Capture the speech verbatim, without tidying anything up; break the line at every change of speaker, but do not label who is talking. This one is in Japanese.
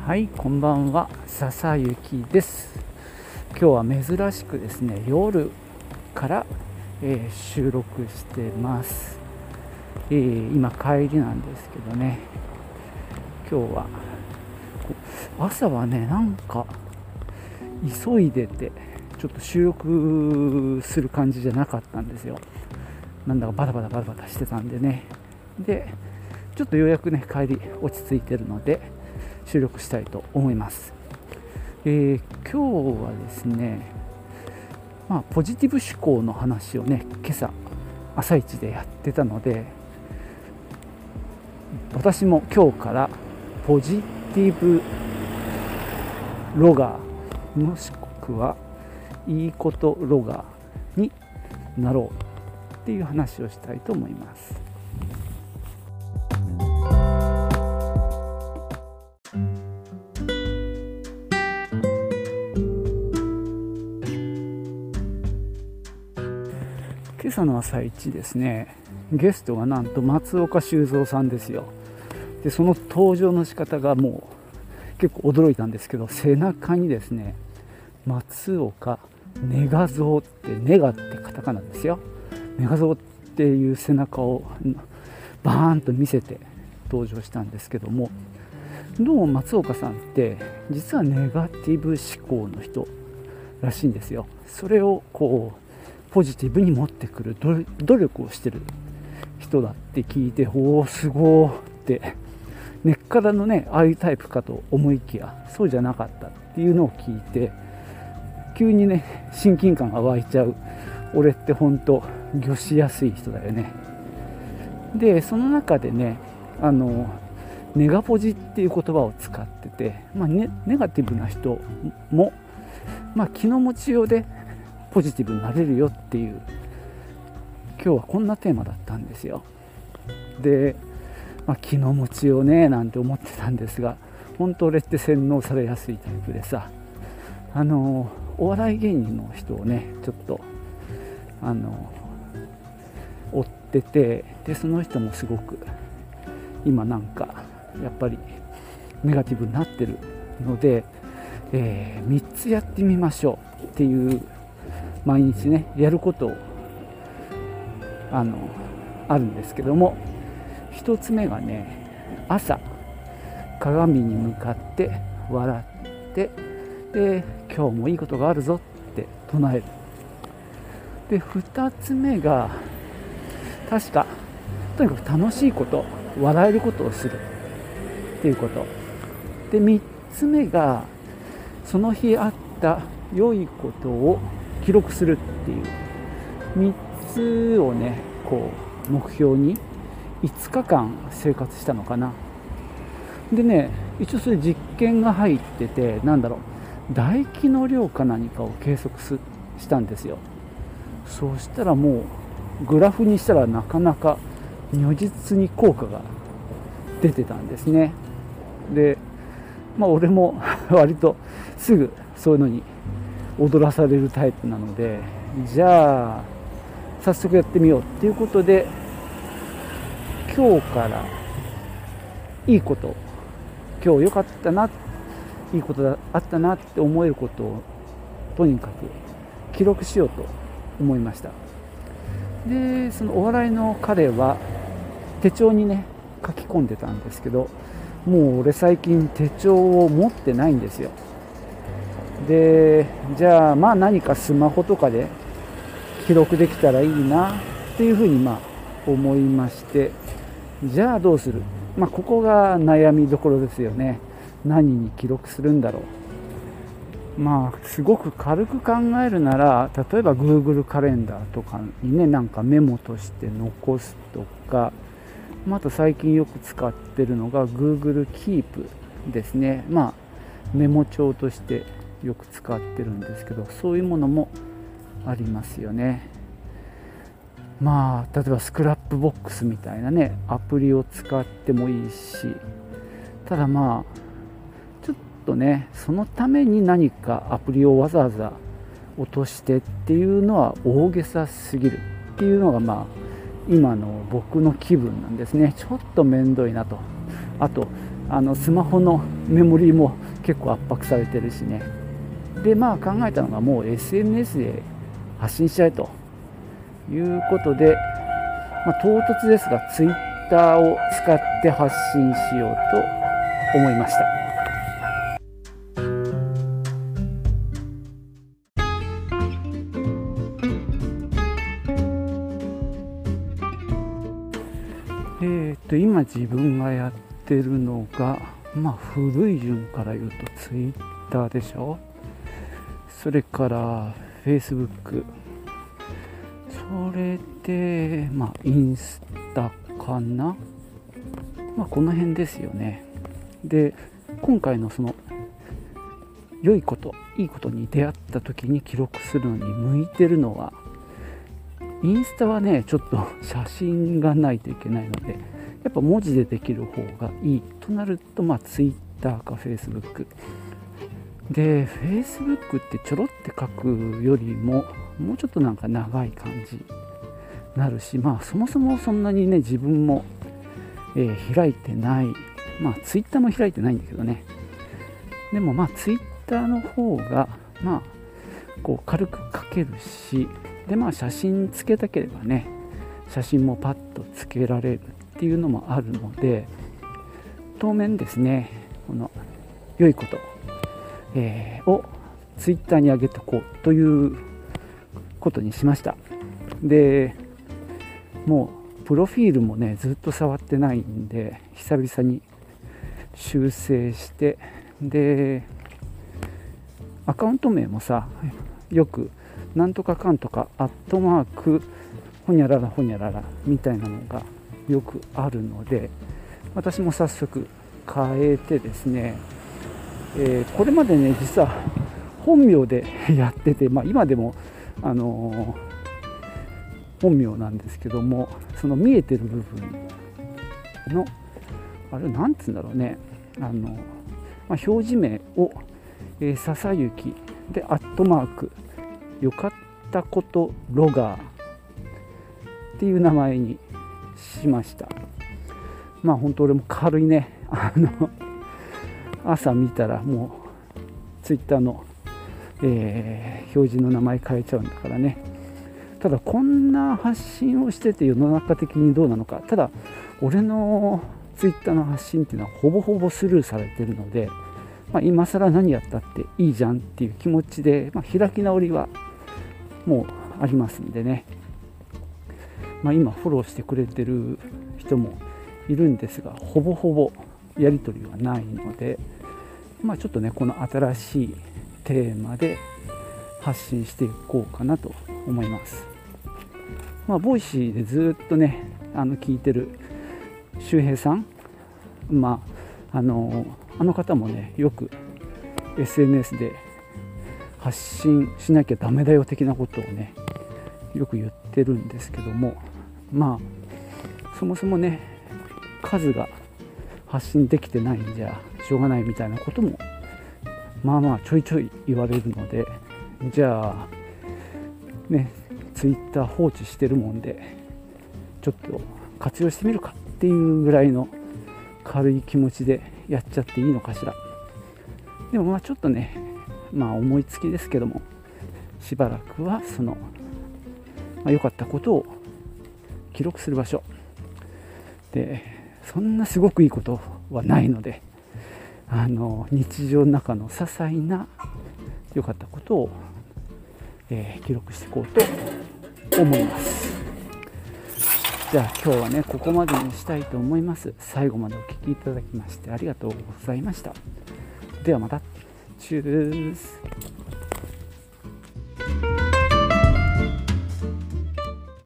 はい、こんばんは、笹雪です。今日は珍しくですね、夜から、えー、収録してます。えー、今帰りなんですけどね、今日は朝はね、なんか急いでてちょっと収録する感じじゃなかったんですよ。なんだかバタバタバタバタしてたんでね。で、ちょっとようやくね帰り落ち着いてるので収録したいと思います。えー、今日はですね、まあ、ポジティブ思考の話をね今朝朝一でやってたので、私も今日からポジティブロガーもしくはいいことロガーになろうっていう話をしたいと思います。今朝の朝一ですね、ゲストがなんと松岡修造さんですよ。でその登場の仕方がもう結構驚いたんですけど、背中にですね、松岡ネガゾウってネガってカタカナですよ。ネガゾウっていう背中をバーンと見せて登場したんですけども、どうも松岡さんって実はネガティブ思考の人らしいんですよ。それをこうポジティブに持ってくる努力をしてる人だって聞いて、おーすごーって根っからのねああいうタイプかと思いきやそうじゃなかったっていうのを聞いて、急にね親近感が湧いちゃう。俺って本当魚しやすい人だよね。でその中でね、あのネガポジっていう言葉を使ってて、まあ、ネ, ネガティブな人も、まあ、気の持ちようでポジティブになれるよっていう、今日はこんなテーマだったんですよ。で、まあ、気の持ちようねなんて思ってたんですが、本当俺って洗脳されやすいタイプでさ、あのお笑い芸人の人をねちょっとあの追ってて、でその人もすごく今なんかやっぱりネガティブになってるので、えー、みっつやってみましょうっていう毎日ねやることをあのあるんですけども、ひとつめがね、朝鏡に向かって笑ってで今日もいいことがあるぞって唱える。でふたつめが確かとにかく楽しいこと、笑えることをするっていうこと。でみっつめがその日あった良いことを記録するっていうみっつをねこう目標にいつかかん生活したのかな。でね、一応それ実験が入ってて、なんだろう、唾液の量か何かを計測すしたんですよ。そうしたらもうグラフにしたらなかなか如実に効果が出てたんですね。でまあ俺も割とすぐそういうのに踊らされるタイプなので、じゃあ早速やってみようっていうことで、今日からいいこと、今日良かったな、いいことがあったなって思えることをとにかく記録しようと思いました。でそのお笑いの彼は手帳にね書き込んでたんですけど、もう俺最近手帳を持ってないんですよ。でじゃあまあ何かスマホとかで記録できたらいいなっていうふうにまあ思いまして、じゃあどうする、まあここが悩みどころですよね。何に記録するんだろう。まあすごく軽く考えるなら、例えば Google カレンダーとかにねなんかメモとして残すとか、あと最近よく使ってるのが Google Keep ですね。まあメモ帳としてよく使ってるんですけど、そういうものもありますよね。まあ例えばスクラップボックスみたいなねアプリを使ってもいいし、ただまあちょっとねそのために何かアプリをわざわざ落としてっていうのは大げさすぎるっていうのがまあ今の僕の気分なんですね。ちょっとめんどいなと。あとあのスマホのメモリーも結構圧迫されてるしね。でまあ考えたのが、もう エスエヌエス で発信しちゃえということで、まあ、唐突ですが ツイッター を使って発信しようと思いました。えー、と今自分がやってるのが、まあ、古い順から言うと ツイッター でしょ、それから フェイスブック、それで、まあ、インスタかな、まあ、この辺ですよね。で今回のその良いこと、いいことに出会った時に記録するのに向いてるのは、インスタはねちょっと写真がないといけないので、やっぱ文字でできる方がいいとなると、まあ、ツイッターかフェイスブックで、フェイスブックってちょろって書くよりももうちょっとなんか長い感じになるし、まあそもそもそんなにね自分も、えー、開いてない、まあツイッターも開いてないんだけどね。でもまあツイッターの方がまあこう軽く書けるし、でまあ写真つけたければね写真もパッとつけられるっていうのもあるので、当面ですねこの良いこと、えー、をツイッターに上げておこうということにしました。でもうプロフィールもねずっと触ってないんで、久々に修正して、でアカウント名もさ、よくなんとかかんとかアットマークほにゃららほにゃららみたいなのがよくあるので、私も早速変えてですね、えー、これまでね実は本名でやってて、まあ、今でも、あのー、本名なんですけども、その見えてる部分のあれなんつうんだろうね、あの、まあ、表示名を、えー、笹雪でアットマークよかったことロガーっていう名前にしました。まあ本当俺も軽いね、あの朝見たらもうツイッターの、えー、表示の名前変えちゃうんだからね。ただこんな発信をしてて世の中的にどうなのか、ただ俺のツイッターの発信っていうのはほぼほぼスルーされてるので、まあ、今更何やったっていいじゃんっていう気持ちで、まあ、開き直りはもうありますんでね、まあ、今フォローしてくれてる人もいるんですが、ほぼほぼやり取りはないので、まあ、ちょっとねこの新しいテーマで発信していこうかなと思います。まあ、ボイシーでずっとねあの聞いてる周平さん、まああのあの方もねよく エスエヌエス で発信しなきゃダメだよ的なことをねよく言ってるんですけども、まあそもそもね数が発信できてないんじゃしょうがないみたいなこともまあまあちょいちょい言われるので、じゃあねツイッター放置してるもんでちょっと活用してみるかっていうぐらいの軽い気持ちでやっちゃっていいのかしら。でもまあちょっとねまあ思いつきですけども、しばらくはそのまあ、良かったことを記録する場所で、そんなすごくいいことはないので、あの日常の中の些細な良かったことを、えー、記録していこうと思います。じゃあ今日はねここまでにしたいと思います。最後までお聞きいただきましてありがとうございました。ではまた。チュース。